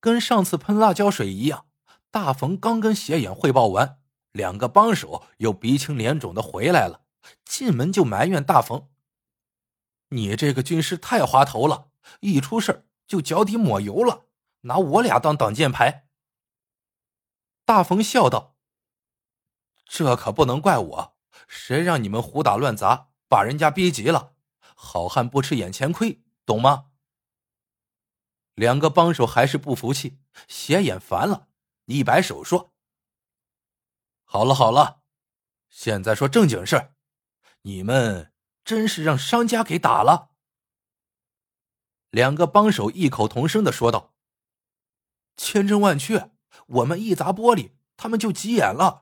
跟上次喷辣椒水一样，大冯刚跟斜眼汇报完，两个帮手又鼻青脸肿的回来了，进门就埋怨大冯：“你这个军师太滑头了，一出事就脚底抹油了，拿我俩当挡箭牌。”大冯笑道：“这可不能怪我，谁让你们胡打乱砸，把人家逼急了，好汉不吃眼前亏，懂吗？”两个帮手还是不服气，斜眼烦了，一摆手说：“好了好了，现在说正经事，你们真是让商家给打了。”两个帮手异口同声地说道：“千真万确，我们一砸玻璃，他们就急眼了。”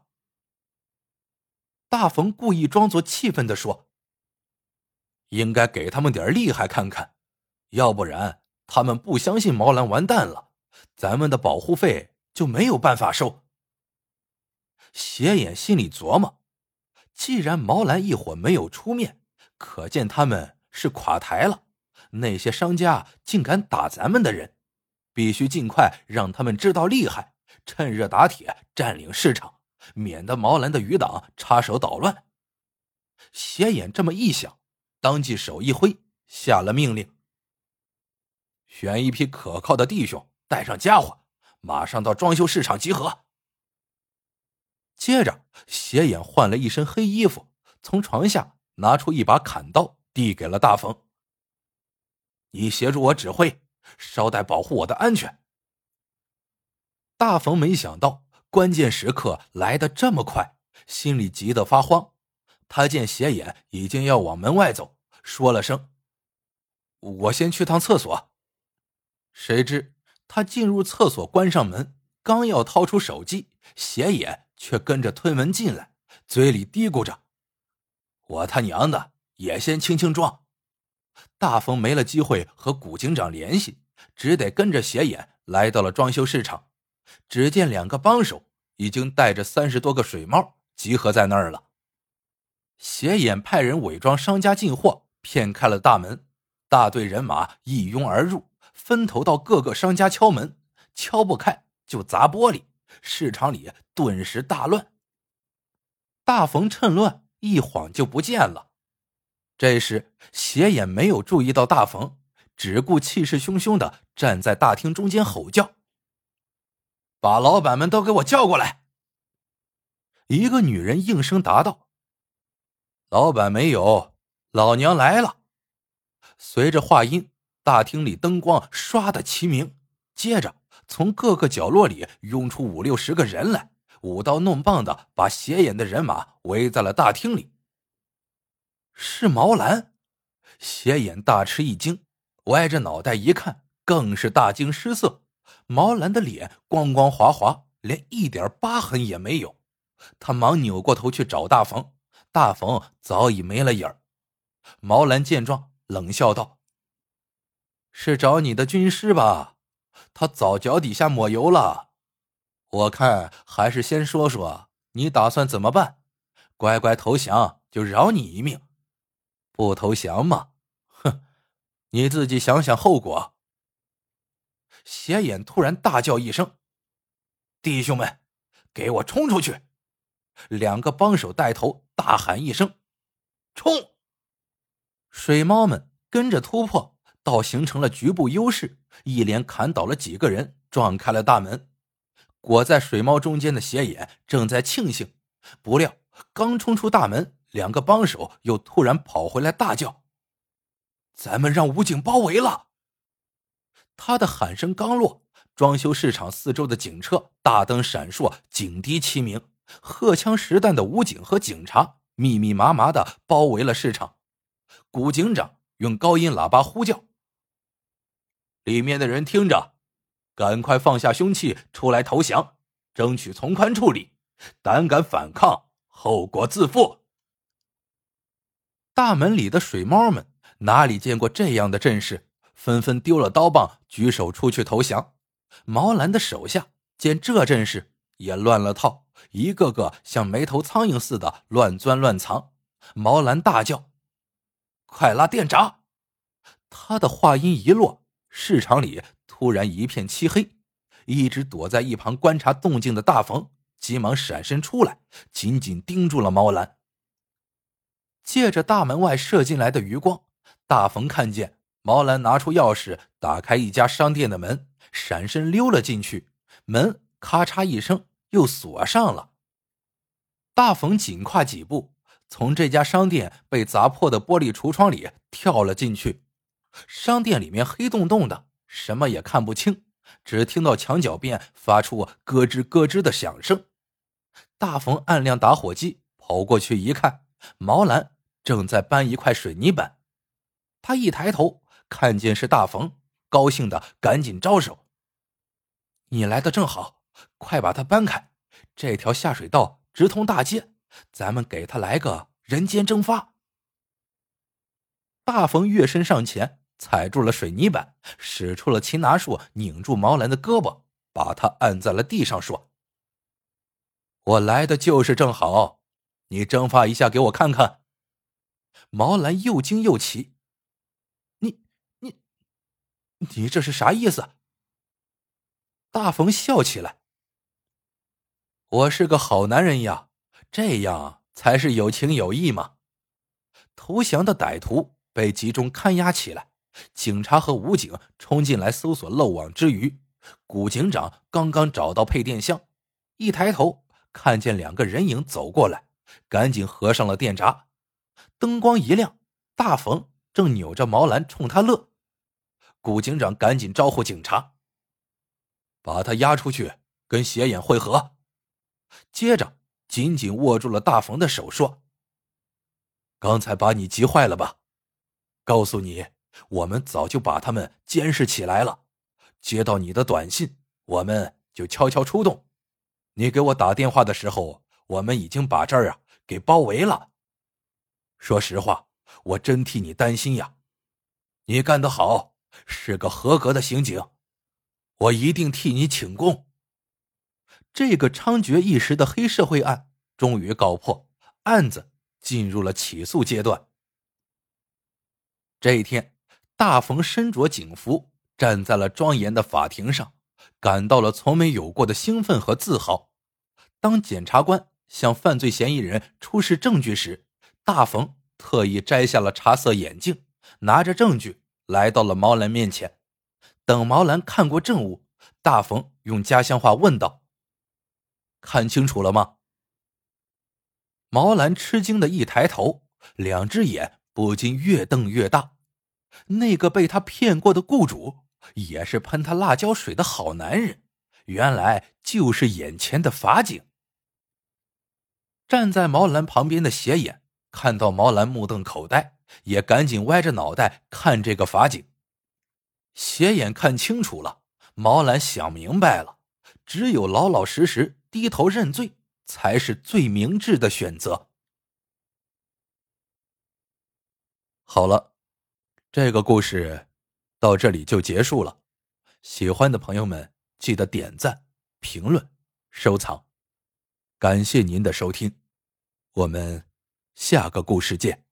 大冯故意装作气愤地说：“应该给他们点厉害看看，要不然他们不相信毛兰完蛋了，咱们的保护费就没有办法收。”斜眼心里琢磨，既然毛兰一伙没有出面，可见他们是垮台了，那些商家竟敢打咱们的人，必须尽快让他们知道厉害，趁热打铁占领市场，免得毛兰的余党插手捣乱。斜眼这么一想，当即手一挥，下了命令：“选一批可靠的弟兄，带上家伙，马上到装修市场集合。”接着斜眼换了一身黑衣服，从床下拿出一把砍刀，递给了大冯：“你协助我指挥，捎带保护我的安全。”大冯没想到关键时刻来得这么快，心里急得发慌。他见斜眼已经要往门外走，说了声：“我先去趟厕所。”谁知他进入厕所，关上门，刚要掏出手机，斜眼却跟着推门进来，嘴里嘀咕着：“我他娘的，也先轻轻装。”大冯没了机会和古警长联系，只得跟着斜眼来到了装修市场。只见两个帮手已经带着30多个水猫集合在那儿了。斜眼派人伪装商家进货，骗开了大门，大队人马一拥而入，分头到各个商家敲门，敲不开就砸玻璃，市场里顿时大乱。大冯趁乱一晃就不见了。这时斜眼没有注意到大冯，只顾气势汹汹地站在大厅中间吼叫：“把老板们都给我叫过来！”一个女人应声答道：“老板没有，老娘来了。”随着话音，大厅里灯光唰的齐明，接着从各个角落里涌出50、60个人来，舞刀弄棒的把斜眼的人马围在了大厅里。是毛兰。斜眼大吃一惊，歪着脑袋一看，更是大惊失色。毛兰的脸光光滑滑，连一点疤痕也没有。他忙扭过头去找大冯，大冯早已没了影儿。毛兰见状冷笑道：“是找你的军师吧？他早脚底下抹油了。我看还是先说说你打算怎么办，乖乖投降就饶你一命，不投降嘛，哼，你自己想想后果。”斜眼突然大叫一声：“弟兄们，给我冲出去！”两个帮手带头大喊一声：“冲！”水猫们跟着突破，倒形成了局部优势，一连砍倒了几个人，撞开了大门。裹在水猫中间的斜眼正在庆幸，不料刚冲出大门，两个帮手又突然跑回来大叫：“咱们让武警包围了！”他的喊声刚落，装修市场四周的警车大灯闪烁，警笛齐鸣，荷枪实弹的武警和警察密密麻麻地包围了市场。古警长用高音喇叭呼叫：“里面的人听着，赶快放下凶器，出来投降，争取从宽处理，胆敢反抗，后果自负。”大门里的水猫们哪里见过这样的阵势，纷纷丢了刀棒，举手出去投降。毛兰的手下见这阵势也乱了套，一个个像没头苍蝇似的乱钻乱藏。毛兰大叫：“快拉电闸！”他的话音一落，市场里突然一片漆黑， 一直躲在一旁观察动静的大冯急忙闪身出来，紧紧盯住了毛兰。借着大门外射进来的余光，大冯看见毛兰拿出钥匙打开一家商店的门，闪身溜了进去，门咔嚓一声又锁上了。大冯紧跨几步，从这家商店被砸破的玻璃橱窗里跳了进去。商店里面黑洞洞的，什么也看不清，只听到墙角边发出咯吱咯吱的响声。大冯按亮打火机，跑过去一看，毛兰正在搬一块水泥板。他一抬头看见是大冯，高兴的赶紧招手：“你来的正好，快把它搬开，这条下水道直通大街，咱们给他来个人间蒸发。”大冯跃身上前，踩住了水泥板，使出了擒拿术，拧住毛兰的胳膊，把他按在了地上，说：“我来的就是正好，你蒸发一下给我看看。”毛兰又惊又奇：“你这是啥意思？”大冯笑起来：“我是个好男人呀，这样才是有情有义嘛。”投降的歹徒被集中看押起来，警察和武警冲进来搜索漏网之鱼。古警长刚刚找到配电箱，一抬头看见两个人影走过来，赶紧合上了电闸。灯光一亮，大冯正扭着毛兰冲他乐。古警长赶紧招呼警察：“把他押出去跟斜眼会合。”接着紧紧握住了大冯的手，说：“刚才把你急坏了吧？告诉你，我们早就把他们监视起来了，接到你的短信，我们就悄悄出动。你给我打电话的时候，我们已经把这儿给包围了。说实话，我真替你担心呀。你干得好，是个合格的刑警，我一定替你请功。”这个猖獗一时的黑社会案终于告破，案子进入了起诉阶段。这一天，大冯身着警服站在了庄严的法庭上，感到了从没有过的兴奋和自豪。当检察官向犯罪嫌疑人出示证据时，大冯特意摘下了茶色眼镜，拿着证据来到了毛兰面前。等毛兰看过证物，大冯用家乡话问道：“看清楚了吗？”毛兰吃惊的一抬头，两只眼不禁越瞪越大。那个被他骗过的雇主，也是喷他辣椒水的好男人，原来就是眼前的法警。站在毛兰旁边的斜眼看到毛兰目瞪口呆，也赶紧歪着脑袋看这个法警。斜眼看清楚了，毛兰想明白了，只有老老实实低头认罪才是最明智的选择。好了，这个故事到这里就结束了。喜欢的朋友们记得点赞、评论、收藏。感谢您的收听，我们下个故事见。